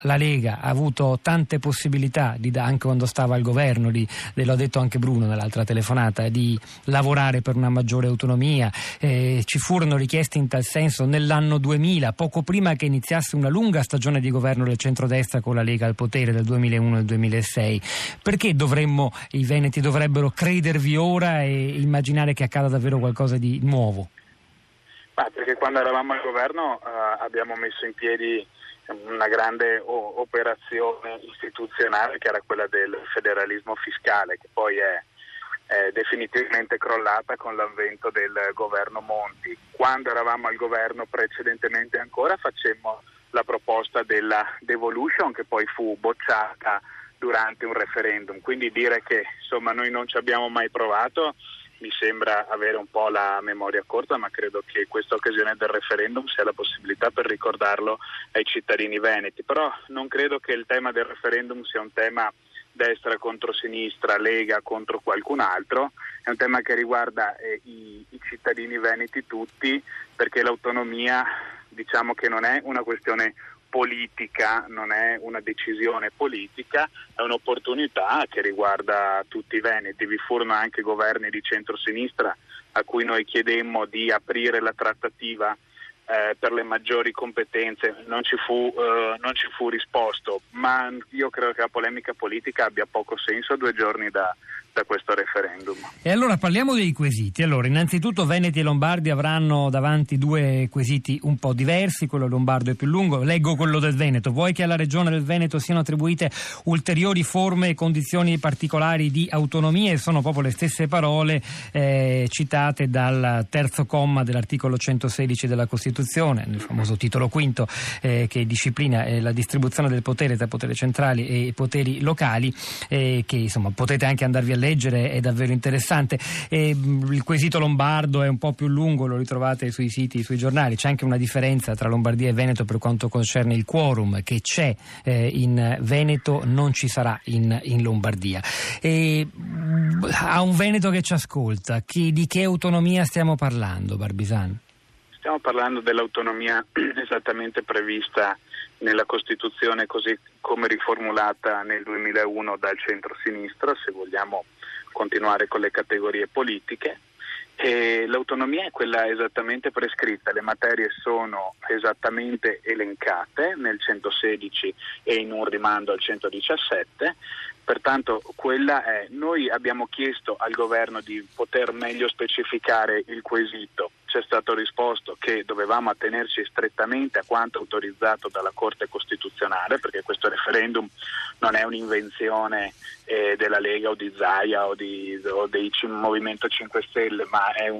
la Lega ha avuto tante possibilità, anche quando stava al governo, l'ho detto anche Bruno nell'altra telefonata, di lavorare per una maggiore autonomia. Ci furono richieste in tal senso nell'anno 2000, poco prima che iniziasse una lunga stagione di governo del centrodestra con la Lega al potere del 2001 al 2006. Perché i veneti dovrebbero credervi ora e immaginare che accada davvero qualcosa di nuovo? Perché quando eravamo al governo abbiamo messo in piedi una grande operazione istituzionale che era quella del federalismo fiscale, che poi è definitivamente crollata con l'avvento del governo Monti. Quando eravamo al governo precedentemente ancora facemmo la proposta della devolution, che poi fu bocciata durante un referendum, quindi dire che insomma noi non ci abbiamo mai provato mi sembra avere un po' la memoria corta, ma credo che questa occasione del referendum sia la possibilità per ricordarlo ai cittadini veneti. Però non credo che il tema del referendum sia un tema destra contro sinistra, Lega contro qualcun altro, è un tema che riguarda i cittadini veneti tutti, perché l'autonomia diciamo che non è una questione politica, non è una decisione politica, è un'opportunità che riguarda tutti i veneti. Vi furono anche governi di centrosinistra a cui noi chiedemmo di aprire la trattativa per le maggiori competenze, non ci fu risposto, ma io credo che la polemica politica abbia poco senso a 2 giorni da questo referendum. E allora parliamo dei quesiti. Allora, innanzitutto Veneti e Lombardi avranno davanti 2 quesiti un po' diversi, quello lombardo è più lungo, leggo quello del Veneto. Vuoi che alla regione del Veneto siano attribuite ulteriori forme e condizioni particolari di autonomia, e sono proprio le stesse parole citate dal terzo comma dell'articolo 116 della Costituzione, nel famoso titolo quinto che disciplina la distribuzione del potere tra poteri centrali e poteri locali, che insomma potete anche andarvi a leggere, è davvero interessante. Il quesito lombardo è un po' più lungo, lo ritrovate sui siti, sui giornali. C'è anche una differenza tra Lombardia e Veneto per quanto concerne il quorum, che c'è in Veneto, non ci sarà in Lombardia. A un Veneto che ci ascolta, di che autonomia stiamo parlando, Barbisano? Stiamo parlando dell'autonomia esattamente prevista nella Costituzione, così come riformulata nel 2001 dal centro-sinistra, se vogliamo continuare con le categorie politiche. E l'autonomia è quella esattamente prescritta, le materie sono esattamente elencate nel 116 e in un rimando al 117. Pertanto quella è. Noi abbiamo chiesto al governo di poter meglio specificare il quesito. Ci è stato risposto che dovevamo attenerci strettamente a quanto autorizzato dalla Corte Costituzionale, perché questo referendum non è un'invenzione della Lega o di Zaia o del Movimento 5 Stelle, ma è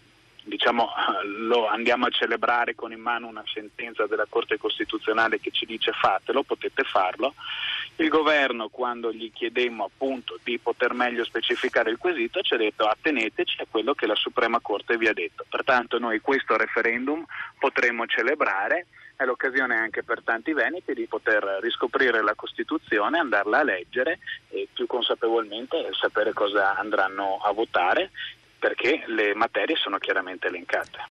lo andiamo a celebrare con in mano una sentenza della Corte Costituzionale che ci dice fatelo, potete farlo. Il governo, quando gli chiedemmo appunto di poter meglio specificare il quesito, ci ha detto atteneteci a quello che la Suprema Corte vi ha detto. Pertanto noi questo referendum potremo celebrare, è l'occasione anche per tanti veneti di poter riscoprire la Costituzione, andarla a leggere e più consapevolmente sapere cosa andranno a votare, perché le materie sono chiaramente elencate.